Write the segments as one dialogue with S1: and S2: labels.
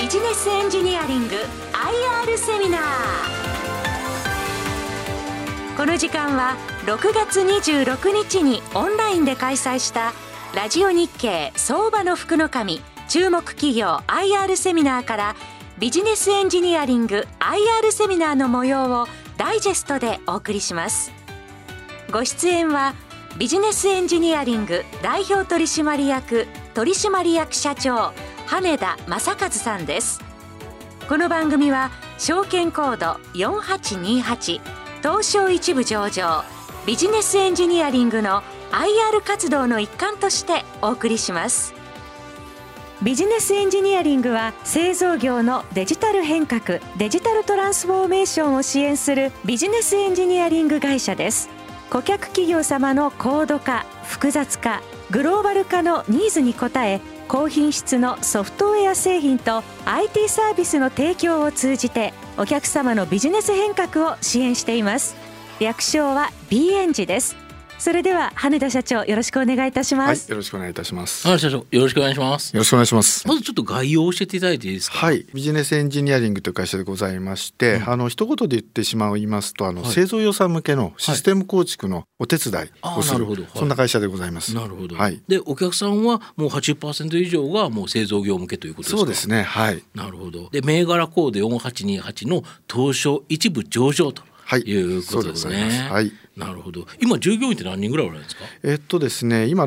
S1: ビジネスエンジニアリング IR セミナー。この時間は6月26日にオンラインで開催したラジオ日経相場の福の神注目企業 IR セミナーからビジネスエンジニアリング IR セミナーの模様をダイジェストでお送りします。ご出演はビジネスエンジニアリング代表取締役取締役社長羽田正和さんです。この番組は証券コード4828東証一部上場ビジネスエンジニアリングの IR 活動の一環としてお送りします。ビジネスエンジニアリングは製造業のデジタル変革デジタルトランスフォーメーションを支援するビジネスエンジニアリング会社です。顧客企業様の高度化複雑化グローバル化のニーズに応え高品質のソフトウェア製品と IT サービスの提供を通じてお客様のビジネス変革を支援しています。略称は B エンジです。それでは羽田社長よろしくお願いいたします。
S2: はい、よろしくお願いいたします。
S3: 羽田社長よろしくお願いします。
S2: よろしくお願いします。
S3: まずちょっと概要を教えていただいていいですか。
S2: はい、ビジネスエンジニアリングという会社でございまして、一言で言ってしまいますと製造予算向けのシステム構築のお手伝いをする、そんな会社でございます。
S3: なるほど、
S2: はい、
S3: でお客さんはもう 80% 以上がもう製造業向けということですか。
S2: そうですね、はい。
S3: なるほど。で銘柄コード4828の東証一部上場ということですね。
S2: はい、
S3: なるほど。今従業員って何人ぐらいおられるんですか。
S2: ですね、今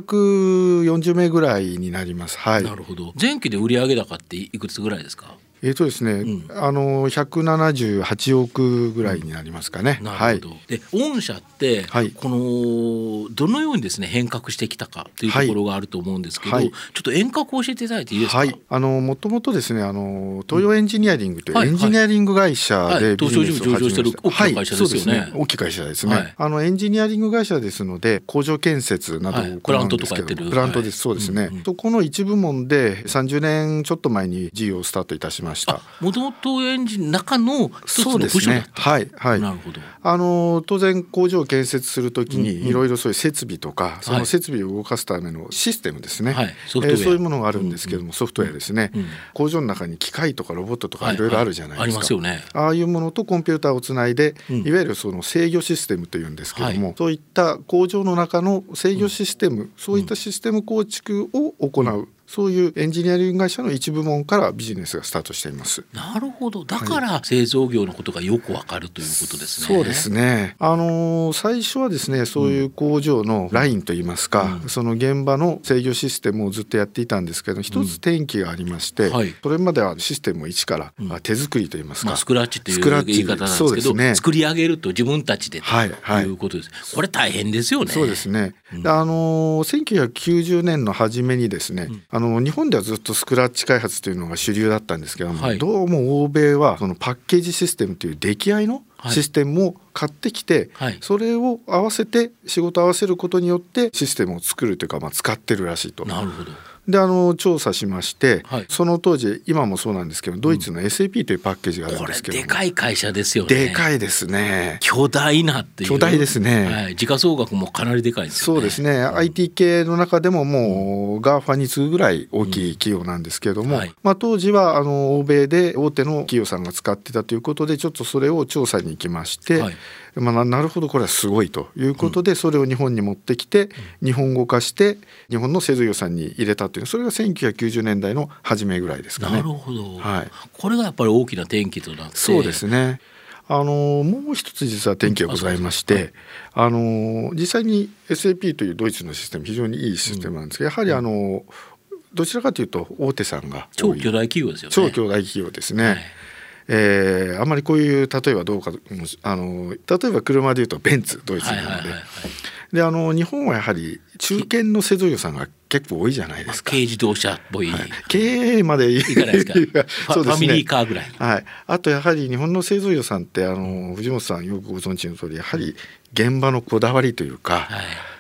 S2: 640名ぐらいになります。はい。
S3: なるほど。前期で売上高っていくつぐらいですか。
S2: ですね、178億ぐらいになりますかね。
S3: なるほど。で御社って、このどのようにですね変革してきたかというところがあると思うんですけど、ちょっと遠隔を教えていただいていいですか。
S2: はい、もともとですね東洋エンジニアリングというエンジニアリング会社でビジネスを始めました。東証一部上場してる大きな会社ですよね。そうですね、大きい会社ですね。エンジニアリング会社ですので工場建設などを行うんですけど、
S3: プラントとかやってる
S2: プラントです。そうですね、そこの一部門で30年ちょっと前に事業をスタートいたしました。
S3: もともとエンジンの中の一つの部署だった。
S2: はいはい。
S3: なるほど。
S2: 当然工場を建設するときにいろいろそういう設備とか、その設備を動かすためのシステムですね、そういうものがあるんですけども、ソフトウェアですね、工場の中に機械とかロボットとかいろいろあるじゃないですか。ありますよね。ああいうものとコンピューターをつないで、いわゆるその制御システムというんですけども、そういった工場の中の制御システム、そういったシステム構築を行う、そういうエンジニアリング会社の一部門からビジネスがスタートしています。
S3: なるほど。だから製造業のことがよくわかるということですね。
S2: そうですね。最初はですね、そういう工場のラインといいますか、その現場の制御システムをずっとやっていたんですけど、一つ転機がありまして、それまではシステムを一から手作りといいますか、
S3: スクラッチという言い方なんですけど、作り上げると自分たちでということです。これ大変ですよね。
S2: そうですね。1990年の初めにですね、日本ではずっとスクラッチ開発というのが主流だったんですけども、どうも欧米はそのパッケージシステムという出来合いのシステムを買ってきて、それを合わせて仕事を合わせることによってシステムを作るというか、使ってるらしいと。
S3: なるほど。
S2: で調査しまして、その当時今もそうなんですけど、ドイツの SAP というパッケージがあるんですけども、
S3: これでかい会社ですよね。
S2: でかいですね。
S3: 巨大なっていう。
S2: 巨大ですね。
S3: 時価総額もかなりでかいですよね。
S2: そうですね。IT 系の中でももう GAFA に次ぐぐらい大きい企業なんですけれども、当時は欧米で大手の企業さんが使ってたということで、ちょっとそれを調査に行きまして、なるほどこれはすごいということで、それを日本に持ってきて日本語化して日本の製造業さんに入れたという、それが1990年代の初めぐらいですかね。
S3: なるほど、これがやっぱり大きな転機となって。
S2: そうですね。もう一つ実は転機がございまして、実際に SAP というドイツのシステム非常にいいシステムなんですけど、やはりどちらかというと大手さんが
S3: 超巨大企業ですよね。
S2: 超巨大企業ですね。あんまりこういう例えばどうか、例えば車でいうとベンツ、ドイツのもので、日本はやはり中堅の製造業さんが結構多いじゃないですか。
S3: 軽自動車っぽい、
S2: 経営までいかないですか。
S3: ファミリーカーぐらい、
S2: あとやはり日本の製造業さんって藤本さんよくご存知の通り、やはり現場のこだわりというか、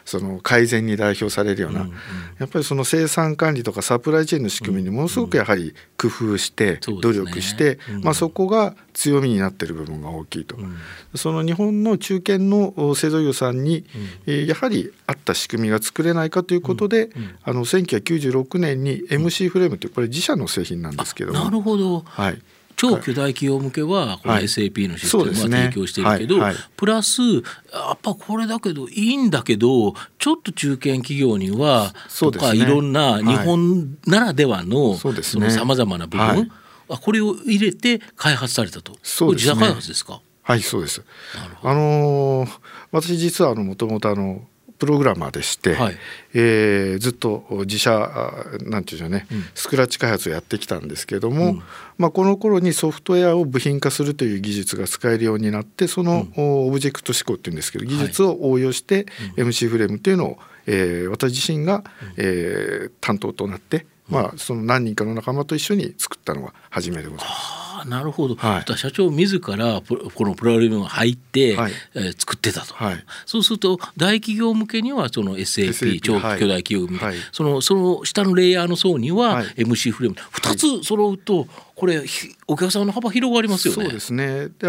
S2: その改善に代表されるような、やっぱりその生産管理とかサプライチェーンの仕組みにものすごくやはり工夫して努力して、そこが強みになっている部分が大きいと、その日本の中堅の製造業さんに、やはり合った仕組みが作れないかということで、1996年に MC フレームというこれ自社の製品なんですけども、
S3: なるほど、はい、超巨大企業向けはこの SAP のシステムは提供しているけど、プラスやっぱこれだけどいいんだけどちょっと中堅企業にはとかいろんな日本ならではのさまざまな部分、これを入れて開発されたと。
S2: そうですね、
S3: 自社開発ですか？
S2: はい、そうです。私実はもともとプログラマーでして、ずっと自社なんていうんでしょうね、スクラッチ開発をやってきたんですけれども、この頃にソフトウェアを部品化するという技術が使えるようになって、そのオブジェクト思考っていうんですけど、技術を応用して MC フレームというのを、私自身が、担当となって、その何人かの仲間と一緒に作ったのが初めでございます。
S3: なるほど、社長自らこのプログラムが入って、作ってたと、そうすると大企業向けにはその SAP 超巨大企業向け、その下のレイヤーの層には MC フレーム、2つ揃うとこれお客さんの幅広がりますよね。
S2: そうですね。で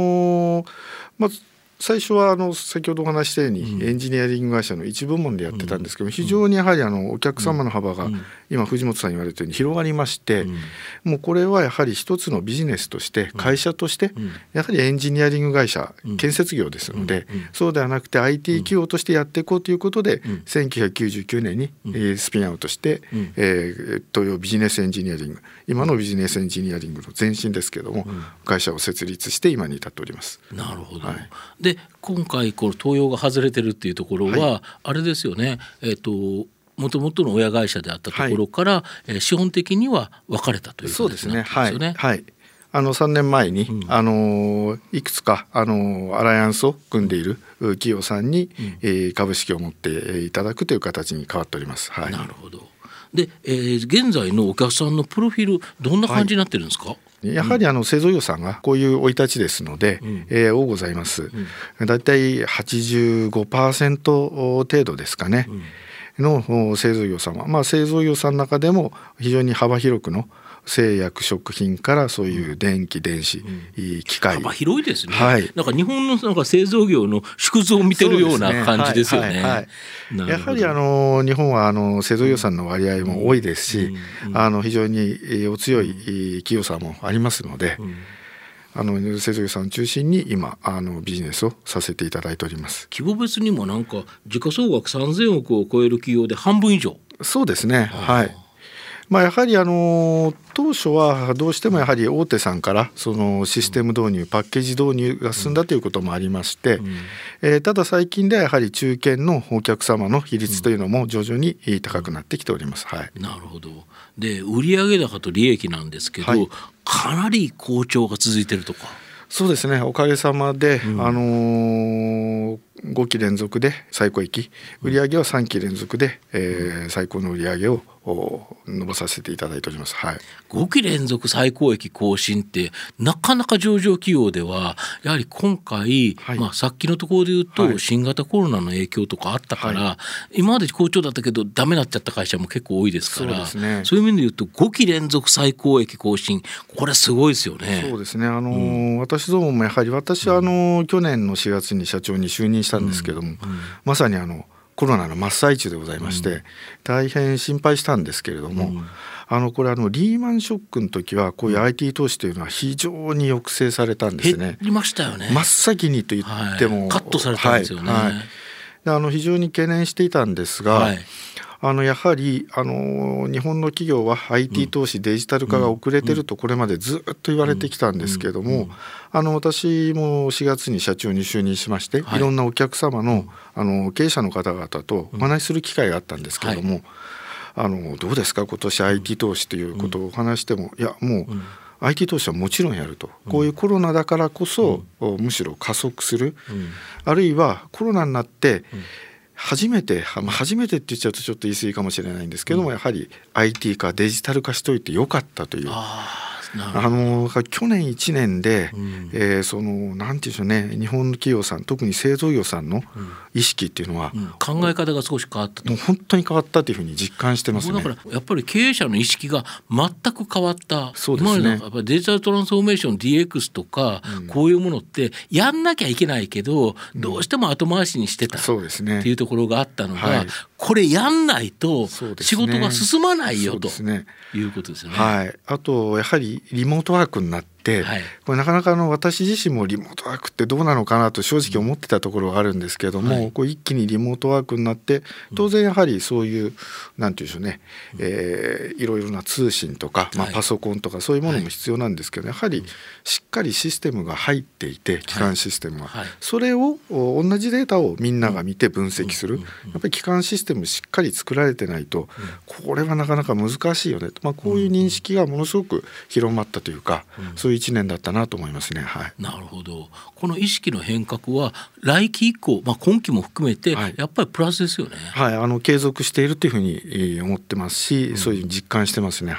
S2: 最初は先ほどお話したようにエンジニアリング会社の一部門でやってたんですけど、非常にやはりお客様の幅が今藤本さん言われたように広がりまして、もうこれはやはり一つのビジネスとして会社としてやはりエンジニアリング会社、建設業ですので、そうではなくて IT 企業としてやっていこうということで、1999年にスピンアウトして東洋ビジネスエンジニアリング、今のビジネスエンジニアリングの前身ですけども、会社を設立して今に至っております。
S3: なるほど。で今回この東洋が外れてるっていうところは、あれですよね、もともとの親会社であったところから、資本的には分かれたということですね。そうですね。
S2: 3年前に、いくつかアライアンスを組んでいる企業さんに、株式を持っていただくという形に変わっております。な
S3: るほど。で、現在のお客さんのプロフィールどんな感じになってるんですか？
S2: やはり製造業さんがこういう生い立ちですので、多ございます。だいたい 85% 程度ですかね、の製造業さんは、製造業さんの中でも非常に幅広くの製薬食品からそういう電気電子、機械、
S3: 幅広いですね。なんか日本のなんか製造業の縮図を見てるような感じですよね。
S2: やはり日本は製造業さんの割合も多いですし、非常にお強い企業さんもありますので、製造業さんを中心に今ビジネスをさせていただいております。
S3: 規模別にもなんか時価総額3000億を超える企業で半分以上。
S2: そうですね。やはり当初はどうしてもやはり大手さんからそのシステム導入、パッケージ導入が進んだということもありまして、ただ最近ではやはり中堅のお客様の比率というのも徐々に高くなってきております。
S3: なるほど。で売上高と利益なんですけど、かなり好調が続いてるとか。
S2: そうですね、おかげさまで、5期連続で最高益、売上は3期連続で、最高の売上を伸ばさせていただいております。
S3: 5期連続最高益更新ってなかなか上場企業ではやはり今回、さっきのところで言うと、新型コロナの影響とかあったから、今まで好調だったけどダメになっちゃった会社も結構多いですから、そういう意味で言うと5期連続最高益更新、これすごいですよね。
S2: そうですね。私どももやはり私は去年の4月に社長に就任したんですけども、まさにコロナの真っ最中でございまして、大変心配したんですけれども、これリーマンショックの時はこういう IT 投資というのは非常に抑制されたんですね。
S3: 減りましたよね。
S2: 真っ先にと言っても、
S3: カットされたんですよね。
S2: 非常に懸念していたんですが、やはり日本の企業は IT 投資、デジタル化が遅れてるとこれまでずっと言われてきたんですけども、私も4月に社長に就任しまして、いろんなお客様の経営者の方々とお話しする機会があったんですけども、どうですか今年 IT 投資ということをお話しても、いやもうIT 投資はもちろんやると、こういうコロナだからこそ、むしろ加速する、あるいはコロナになって初めてって言っちゃうとちょっと言い過ぎかもしれないんですけども、やはり IT 化デジタル化しといてよかったという、 去年1年で、なんていうんでしょうね、日本の企業さん、特に製造業さんの意識っていうのは、
S3: 考え方が少し変わったと。
S2: もう本当に変わったというふうに実感してますね。
S3: だからやっぱり経営者の意識が全く変わった。
S2: そうですね。
S3: 今までのやっぱりデジタルトランスフォーメーション DX とか、こういうものってやんなきゃいけないけど、どうしても後回しにしてたっていうところがあったのが、これやんないと仕事が進まないよということですよね。
S2: はい、あとやはりリモートワークになって、これなかなか私自身もリモートワークってどうなのかなと正直思ってたところがあるんですけども、こう一気にリモートワークになって、当然やはりそういうなんていうんでしょうね、いろいろな通信とか、パソコンとかそういうものも必要なんですけど、やはりしっかりシステムが入っていて、基幹システムが、それを同じデータをみんなが見て分析する、やっぱり基幹システムしっかり作られてないと、これはなかなか難しいよねと、こういう認識がものすごく広まったというか、そういう1年だったなと思いますね。
S3: なるほど。この意識の変革は来期以降、今期も含めてやっぱりプラスですよね。
S2: 継続しているというふうに思ってますし、そういう実感してますね。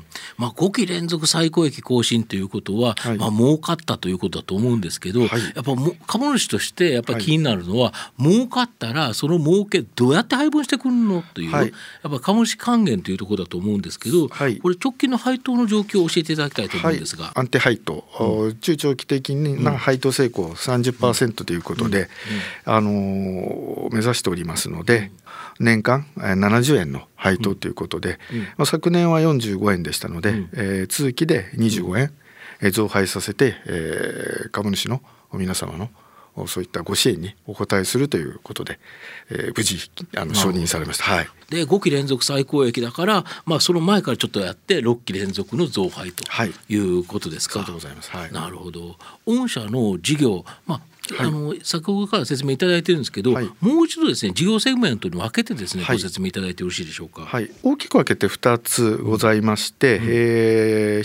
S3: 5期連続最高益更新ということは、儲かったということだと思うんですけど、やっぱ株主としてやっぱり気になるのは、儲かったらその儲けどうやって配分してくるのという、やっぱ株主還元というところだと思うんですけど、これ直近の配当の状況を教えていただきたいと思うんですが。
S2: 安定配当、中長期的な配当成功 30% ということで、目指しておりますので、年間70円の配当ということで、昨年は45円でしたので、通期で25円増配させて、株主の皆様のそういったご支援にお応えするということで、無事承認されました。
S3: で5期連続最高益だから、その前からちょっとやって6期連続の増配ということですか。
S2: そうでございます。
S3: なるほど。御社の事業、先ほどから説明いただいてるんですけど、もう一度ですね、事業セグメントに分けてですね、ご説明いただいてよろしいでしょうか。
S2: 大きく分けて2つございまして、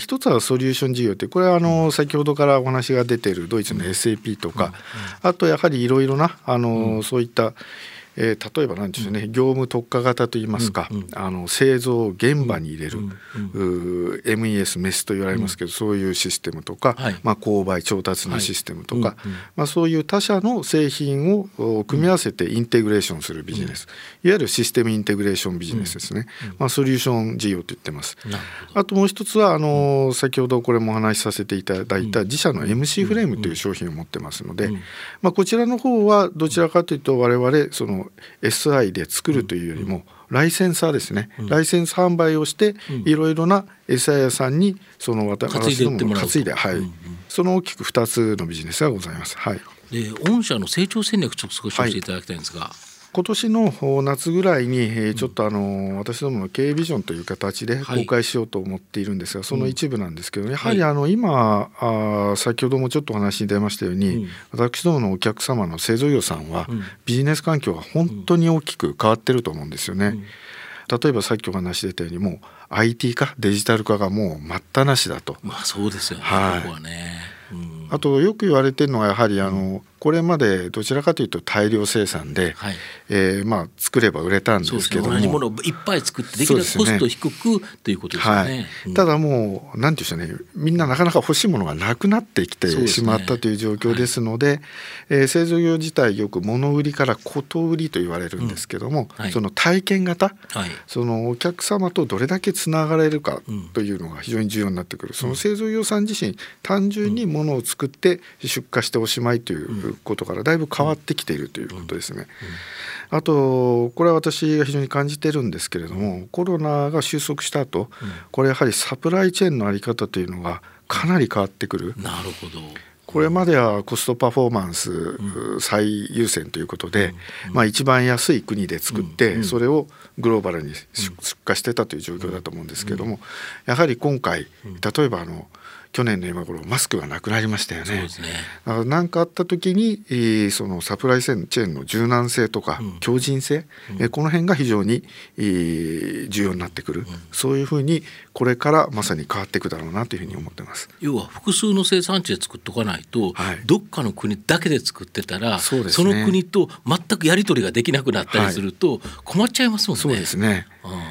S2: 一つはソリューション事業という、これは先ほどからお話が出ているドイツの SAP とか、あとやはりいろいろなそういった例えば何でしょうね、業務特化型といいますか、製造現場に入れる、MES メスと言われますけど、そういうシステムとか、購買調達のシステムとか、そういう他社の製品を組み合わせてインテグレーションするビジネス、いわゆるシステムインテグレーションビジネスですね。ソリューション事業と言ってます。あともう一つは先ほどこれもお話しさせていただいた自社の MC フレームという商品を持ってますので、こちらの方はどちらかというと我々そのSI で作るというよりもライセンサーですね、ライセンス販売をしていろいろな SI 屋さんにその私どもを担いで、その大きく2つのビジネスがございます。
S3: で御社の成長戦略ちょっと少し教えていただきたいんですが。
S2: 今年の夏ぐらいにちょっと私どもの経営ビジョンという形で公開しようと思っているんですが、その一部なんですけど、やはり今先ほどもちょっとお話に出ましたように、私どものお客様の製造業さんはビジネス環境が本当に大きく変わってると思うんですよね。例えばさっきお話出たように、もう IT 化デジタル化がもう待ったなしだと。
S3: そうですよね、ここはね。
S2: あとよく言われてるのはやはりこれまでどちらかというと大量生産で、作れば売れたんですけども、
S3: 同じものをいっぱい作ってできるだけコスト低くということですよね。
S2: ただもう何て言うんでしょうね、みんななかなか欲しいものがなくなってきてしまったという状況ですので、製造業自体よく物売りからこと売りと言われるんですけども、その体験型、そのお客様とどれだけつながれるかというのが非常に重要になってくる。その製造業さん自身単純に物を作って出荷しておしまいということからだいぶ変わってきているということですね。あとこれは私が非常に感じてるんですけれども、コロナが収束した後、これやはりサプライチェーンの在り方というのがかなり変わってくる。
S3: なるほど。
S2: これまではコストパフォーマンス最優先ということで、一番安い国で作ってそれをグローバルに出荷してたという状況だと思うんですけれども、やはり今回例えば去年の今頃マスクがなくなりましたよね。何かあった時にそのサプライチェーンの柔軟性とか強靭性、この辺が非常に重要になってくる。そういうふうにこれからまさに変わっていくだろうなというふうに思ってます。
S3: 要は複数の生産地で作っておかないと、どっかの国だけで作ってたら その国と全くやり取りができなくなったりすると困っちゃいますもんね。
S2: そうですね。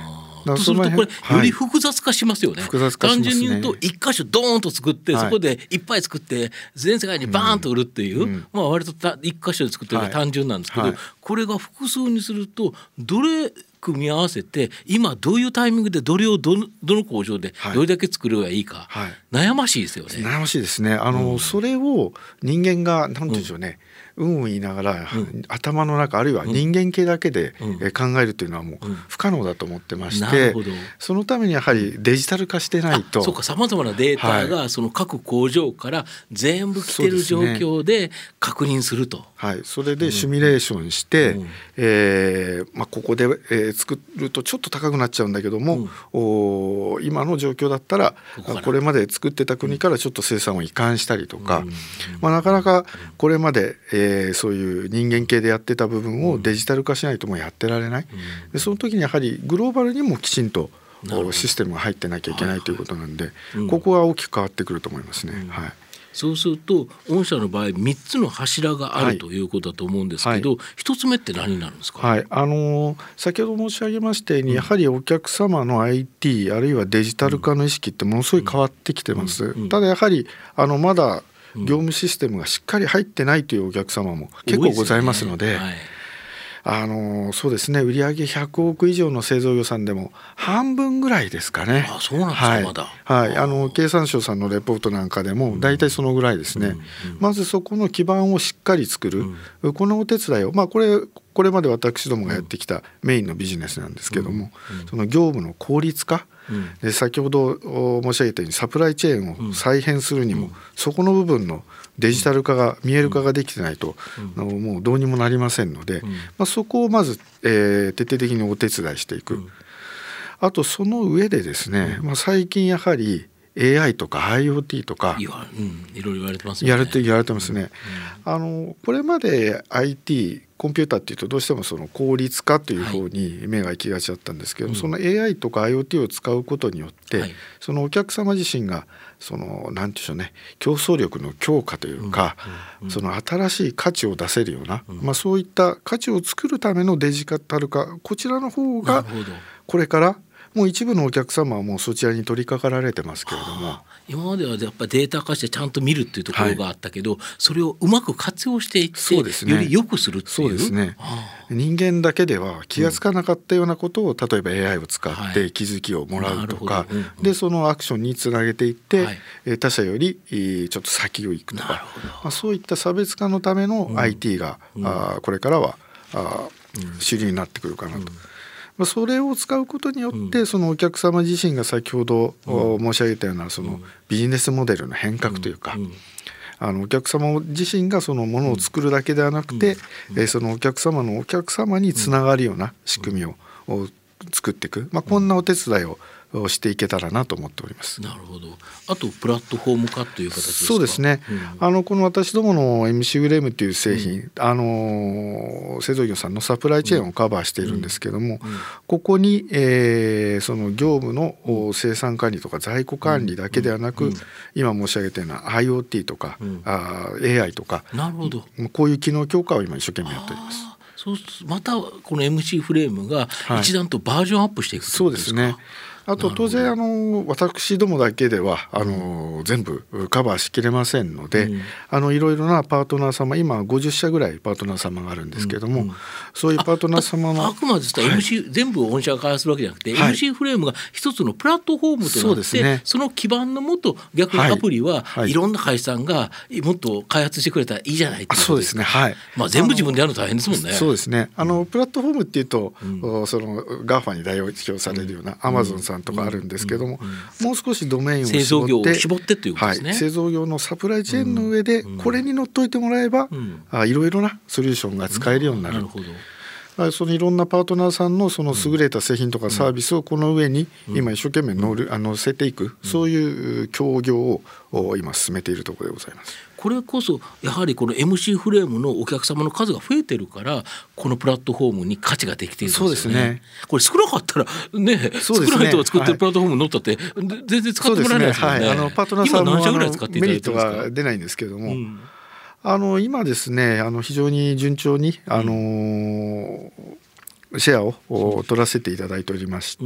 S3: とするとこれより複雑化しますよね。
S2: 複雑化しますね。
S3: 単純に言うと一箇所ドーンと作って、そこでいっぱい作って全世界にバーンと売るっていう、割と一箇所で作ってるのが単純なんですけど、これが複数にするとどれ組み合わせて今どういうタイミングでどれをどの工場でどれだけ作ればいいか、悩ましいですよね。
S2: 悩ましいですね。それを人間が何て言うんでしょうね、言いながら、頭の中あるいは人間系だけで考えるというのはもう不可能だと思ってまして、そのためにやはりデジタル化してないと。
S3: そうか、さまざまなデータがその各工場から全部来てる状況で確認すると。
S2: それでシミュレーションして、ここで、作るとちょっと高くなっちゃうんだけども、今の状況だったらこれまで作ってた国からちょっと生産を移管したりとか、なかなかこれまで、そういう人間系でやってた部分をデジタル化しないともうやってられない。でその時にやはりグローバルにもきちんとシステムが入ってなきゃいけないということなんで、ここは大きく変わってくると思いますね。
S3: そうすると御社の場合3つの柱があるということだと思うんですけど、1つ目って何になるんですか？
S2: 先ほど申し上げましたように、やはりお客様の IT あるいはデジタル化の意識ってものすごい変わってきてます。ただやはりまだ業務システムがしっかり入ってないというお客様も結構ございますので、そうですね、売上100億以上の製造予算でも半分ぐらいですかね。
S3: そうなんですか。まだ
S2: 経産省さんのレポートなんかでもだいたいそのぐらいですね。まずそこの基盤をしっかり作る、このお手伝いを、これまで私どもがやってきたメインのビジネスなんですけども、その業務の効率化で、先ほど申し上げたようにサプライチェーンを再編するにも、そこの部分のデジタル化が見える化ができてないと、もうどうにもなりませんので、そこをまず、徹底的にお手伝いしていく。あとその上でですね、最近やはりAI とか IoT とか
S3: いろいろ言われてますよね。
S2: 言われてますね。これまで IT コンピューターっていうとどうしてもその効率化という方に目が行きがちだったんですけど、その AI とか IoT を使うことによって、そのお客様自身がそのなんていうんでしょうね、競争力の強化というか、その新しい価値を出せるような、そういった価値を作るためのデジタル化、こちらの方がこれからもう一部のお客様はもうそちらに取り掛かられてますけれども、
S3: 今まではやっぱりデータ化してちゃんと見るっていうところがあったけど、それをうまく活用していって、より良くするっていう。
S2: そうですね。人間だけでは気がつかなかったようなことを、例えば AI を使って気づきをもらうとか、でそのアクションにつなげていって、他社よりちょっと先を行くとか、そういった差別化のための IT が、これからは主流になってくるかなと。それを使うことによって、そのお客様自身が先ほど申し上げたようなそのビジネスモデルの変革というか、お客様自身がそのものを作るだけではなくて、そのお客様のお客様につながるような仕組みを作っていく、こんなお手伝いをしていけたらなと思っております。
S3: なるほど。あとプラットフォーム化という形ですか？
S2: そうですね、この私どもの MC フレームという製品、製造業さんのサプライチェーンをカバーしているんですけども、ここに、その業務の生産管理とか在庫管理だけではなく、今申し上げたような IoT とか、AI とか、
S3: なるほど、
S2: こういう機能強化を今一生懸命やっております。
S3: そうまたこの MC フレームが一段とバージョンアップしていくということですか？
S2: そうですね。あと当然私どもだけでは全部カバーしきれませんので、いろいろなパートナー様、今50社ぐらいパートナー様があるんですけども、そういうパートナー様の
S3: あくまで MC、全部御社が開発するわけじゃなくて、MC フレームが一つのプラットフォームとなって、その基盤のもと逆にアプリはいろんな会社さんがもっと開発してくれたらいいじゃないっていうことですか？そうですね。全部自分でやるの大変ですもんね。
S2: そうですね。プラットフォームっていうと、その GAFA に代表されるような Amazon さんとかあるんですけども、もう少しドメインを
S3: 製造業を絞ってということですね。
S2: 製造業のサプライチェーンの上でこれに乗っといてもらえば、いろいろなソリューションが使えるようになる。なるほど。そのいろんなパートナーさんのその優れた製品とかサービスをこの上に今一生懸命乗せていく、そういう協業を今進めているところでございます。
S3: これこそやはりこの MC フレームのお客様の数が増えてるから、このプラットフォームに価値ができているんですよね。そうですね。これ少なかったらね、少ない人が作ってるプラットフォームに乗ったって全然使ってもらえないですよね。
S2: パートナーさんも
S3: 今何社ぐらい使っていただいてますか？
S2: メリットは出ないんですけれども、今ですね、非常に順調にシェアを取らせていただいておりまして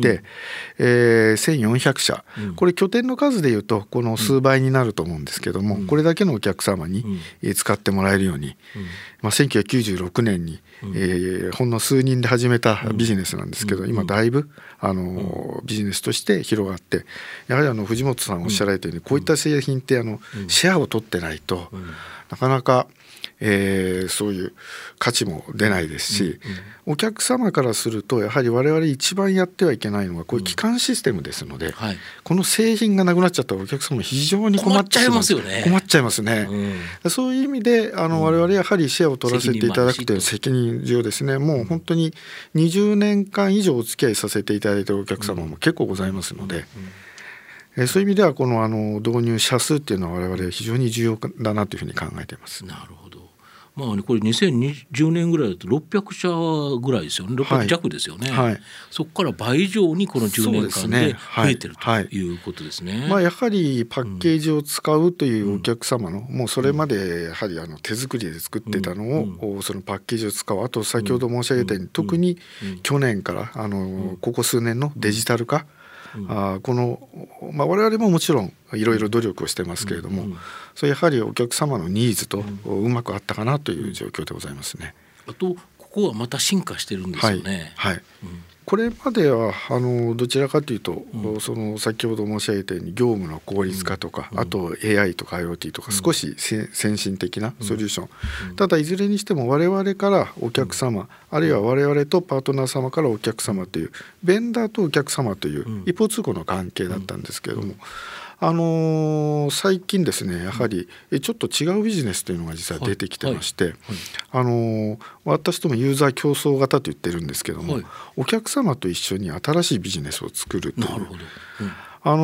S2: 、1400社、これ拠点の数でいうとこの数倍になると思うんですけども、これだけのお客様に使ってもらえるように、1996年にほんの数人で始めたビジネスなんですけど、今だいぶビジネスとして広がって、やはり藤本さんおっしゃられたようにこういった製品ってシェアを取ってないとなかなかそういう価値も出ないですし、お客様からするとやはり我々一番やってはいけないのはこういう基幹システムですので、この製品がなくなっちゃったらお客様非常に困っちゃいますよね。困っちゃいますね、そういう意味で我々やはりシェアを取らせていただくという責任上ですね、もう本当に20年間以上お付き合いさせていただいているお客様も結構ございますので、そういう意味ではこの導入社数っていうのは我々非常に重要だなというふうに考えています。
S3: なるほど。これ2020年ぐらいだと600社ぐらいですよね。600弱ですよね、そこから倍以上にこの10年間で増えてるということですね。
S2: やはりパッケージを使うというお客様の、もうそれまでやはり手作りで作ってたのを、そのパッケージを使う、あと先ほど申し上げたように、特に去年からここ数年のデジタル化、この我々ももちろんいろいろ努力をしてますけれども、それやはりお客様のニーズとうまくあったかなという状況でございますね。
S3: あとここはまた進化してるんですよね。
S2: これまではどちらかというと、その先ほど申し上げたように業務の効率化とか、あと AI とか IoT とか少し先進的なソリューション、ただいずれにしても我々からお客様、あるいは我々とパートナー様からお客様という、ベンダーとお客様という一方通行の関係だったんですけれども、最近ですね、やはりちょっと違うビジネスというのが実は出てきてまして、私どもユーザー競争型と言ってるんですけども、お客様と一緒に新しいビジネスを作るという、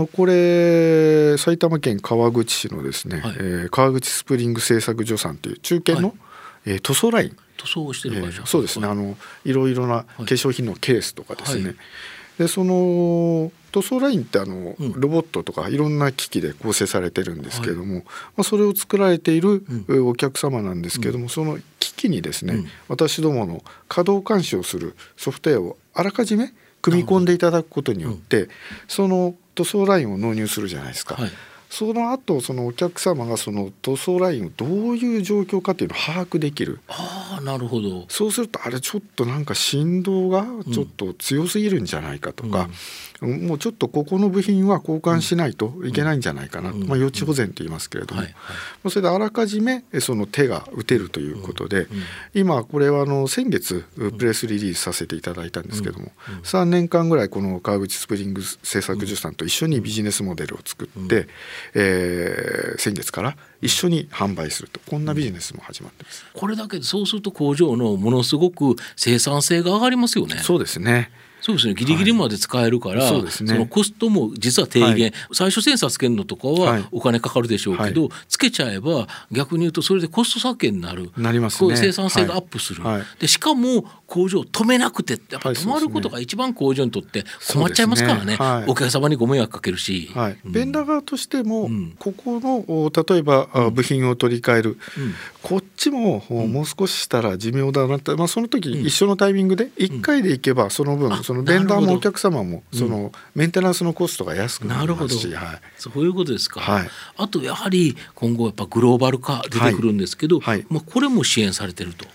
S2: これ埼玉県川口市のですね、川口スプリング製作所さんという中堅の、塗装ライン、
S3: 塗装をしてる会社、
S2: そうですね、いろいろな化粧品のケースとかですね、でその塗装ラインってロボットとかいろんな機器で構成されてるんですけれども、それを作られているお客様なんですけれども、その機器にですね、私どもの稼働監視をするソフトウェアをあらかじめ組み込んでいただくことによって、その塗装ラインを納入するじゃないですか。その後そのお客様がその塗装ラインをどういう状況かというのを把握できる。
S3: なるほど。
S2: そうするとあれちょっとなんか振動がちょっと強すぎるんじゃないかとか、もうちょっとここの部品は交換しないといけないんじゃないかな、予知保全と言いますけれども、それであらかじめその手が打てるということで、今これは先月プレスリリースさせていただいたんですけども、3年間ぐらいこの川口スプリング製作所さんと一緒にビジネスモデルを作って、先月から一緒に販売すると、こんなビジネスも始まってます。
S3: これだけでそうすると工場のものすごく生産性が上がりますよね。
S2: そうですね。
S3: そうですね、ギリギリまで使えるから、そのコストも実は低減、最初センサーつけるのとかはお金かかるでしょうけど、つけちゃえば逆に言うとそれでコスト削減になりますね。生産性がアップする、でしかも工場を止めなくて、やっぱり止まることが一番工場にとって困っちゃいますからね。お客様にご迷惑かけるし、
S2: ベンダー側としても、ここの例えば部品を取り替える、こっちももう少ししたら寿命だなって、その時一緒のタイミングで1回でいけばその分、そのベンダーもお客様もそのメンテナンスのコストが安くなりますし、
S3: そういうことですか。あとやはり今後やっぱグローバル化出てくるんですけど、これも支援されてると。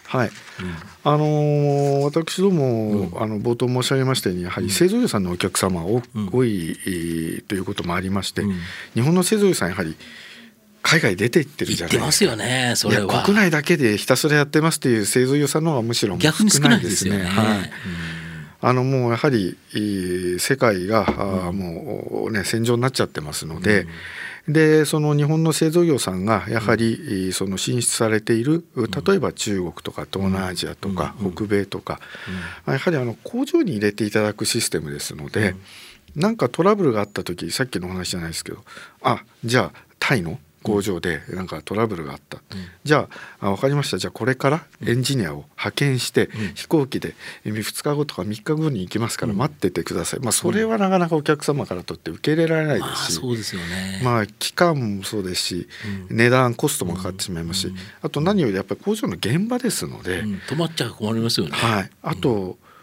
S2: 私ども冒頭申し上げましたように、やはり製造業さんのお客様多いということもありまして、日本の製造業さんやはり海外出ていってるじゃないですか。
S3: 行ってますよね。それは
S2: 国内だけでひたすらやってますという製造業さんの方がむしろ
S3: 逆に少ないですね。
S2: もうやはり世界がもうね戦場になっちゃってますので、でその日本の製造業さんがやはりその進出されている、例えば中国とか東南アジアとか北米とか、やはり工場に入れていただくシステムですので、なんかトラブルがあった時、さっきのお話じゃないですけど、じゃあタイの工場でなんかトラブルがあった、じゃあ分かりました、じゃあこれからエンジニアを派遣して、飛行機で2日後とか3日後に行きますから待っててください、それはなかなかお客様からとって受け入れられないですし、
S3: そうですよね。
S2: 期間もそうですし、値段コストもかかってしまいますし、あと何よりやっぱり工場の現場ですので、
S3: 止まっちゃ困りますよね。
S2: あと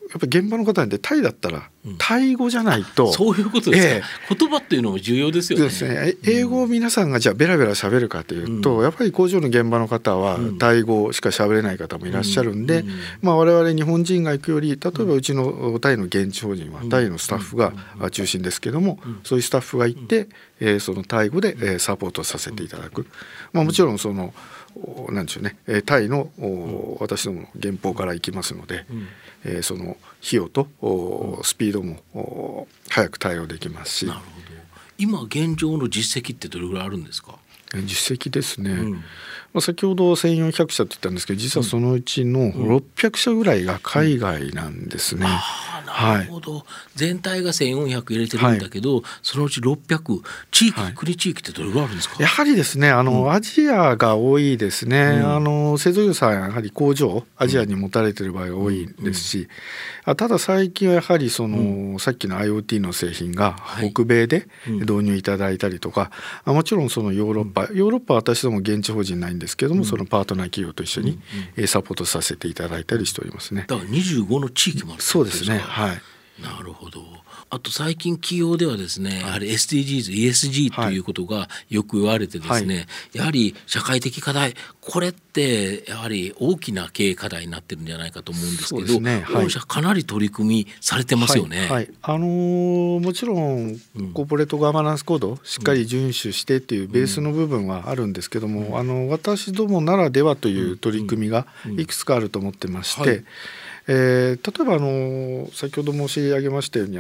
S2: やっぱり現場の方なんでタイだったらタイ語じゃないと、
S3: そういうことですか、言葉っていうのも重要ですよね。
S2: ですね。英語を皆さんがじゃあベラベラ喋るかというと、やっぱり工場の現場の方はタイ語しか喋れない方もいらっしゃるんで、我々日本人が行くより、例えばうちのタイの現地法人はタイのスタッフが中心ですけども、そういうスタッフが行って、そのタイ語でサポートさせていただく。もちろんそのなんでしょうね、タイの私どもの原稿から行きますので、その費用とスピードも早く対応できますし。
S3: なるほど。今現状の実績ってどれぐらいあるんですか？
S2: 実績ですね、先ほど1400社と言ったんですけど、実はそのうちの600社ぐらいが海外なんですね。
S3: なるほど、全体が1400入れてるんだけど、そのうち600地域、国地域ってどれぐらいあるんですか？
S2: やはりですね、アジアが多いですね。製造業さんやはり工場アジアに持たれている場合が多いですし、ただ最近はやはりその、さっきの IoT の製品が北米で導入いただいたりとか、もちろんそのヨーロッパは私ども現地法人ないんですけども、そのパートナー企業と一緒にサポートさせていただいたりしておりますね。
S3: だから25の地域もある。
S2: そうですね。はい。
S3: なるほど。あと最近企業ではですね、やはり SDGs、ESG ということがよく言われてですね、やはり社会的課題、これってやはり大きな経営課題になってるんじゃないかと思うんですけど、御社かなり取り組みされてますよね。
S2: もちろんコーポレートガバナンスコードしっかり遵守してっていうベースの部分はあるんですけども、私どもならではという取り組みがいくつかあると思ってまして、例えば先ほど申し上げましたように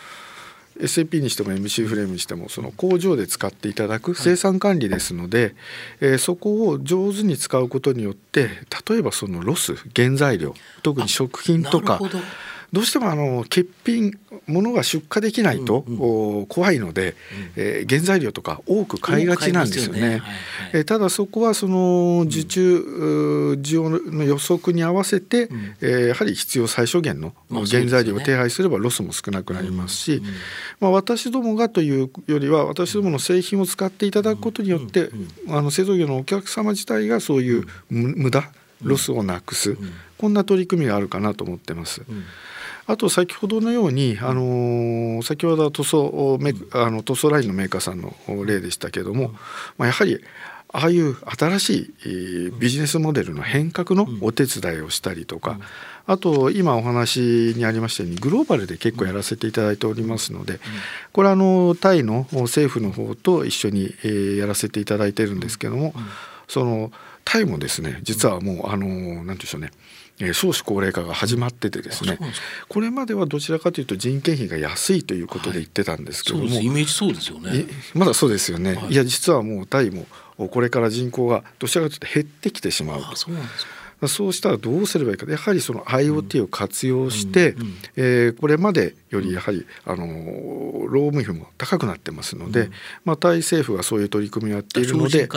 S2: SAP にしても MC フレームにしてもその工場で使っていただく生産管理ですので、そこを上手に使うことによって、例えばそのロス、原材料、特に食品とかどうしても欠品物が出荷できないと怖いので、原材料とか多く買いがちなんですよね。ただそこはその需要の予測に合わせて、やはり必要最小限の原材料を手配すればロスも少なくなりますし、私どもがというよりは私どもの製品を使っていただくことによって製造業のお客様自体がそういう無駄ロスをなくす、こんな取り組みがあるかなと思ってます。あと先ほどのように先ほどは塗装ラインのメーカーさんの例でしたけども、やはりああいう新しいビジネスモデルの変革のお手伝いをしたりとか、あと今お話にありましたようにグローバルで結構やらせていただいておりますので、これはタイの政府の方と一緒にやらせていただいているんですけども、そのタイもですね、実はもうなんでしょうね、少子高齢化が始まっててですね、これまではどちらかというと人件費が安いということで言ってたんですけども、
S3: イメージそうですよね。
S2: まだそうですよね。いや実はもうタイもこれから人口がどちらかというと減ってきてしまう。
S3: そうなんですか。
S2: そうしたらどうすればいいか、やはりその IoT を活用して、これまでよりやはり労務費も高くなってますので、タイ政府がそういう取り組みをやっているので、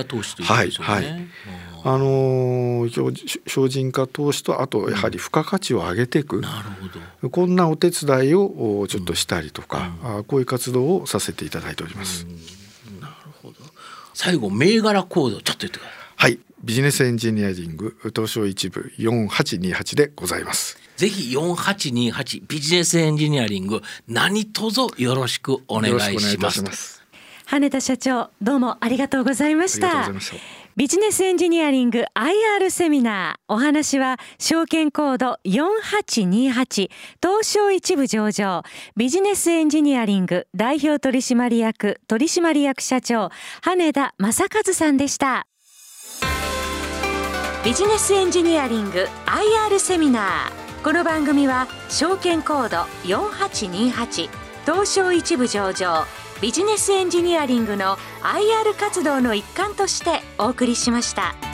S2: 省人化投資とあとやはり付加価値を上げていく、こんなお手伝いをちょっとしたりとか、こういう活動をさせていただいております。
S3: なるほど。最後銘柄コードちょっと言ってください。
S2: はい、ビジネスエンジニアリング東証一部4828でございます。
S3: ぜひ4828ビジネスエンジニアリング何卒よろしくお願いします。
S1: 羽田社長、どうもありがとうございました。ビジネスエンジニアリング IR セミナー、お話は証券コード4828東証一部上場ビジネスエンジニアリング代表取締役取締役社長羽田正和さんでした。ビジネスエンジニアリング IR セミナー、この番組は証券コード4828東証一部上場ビジネスエンジニアリングの IR 活動の一環としてお送りしました。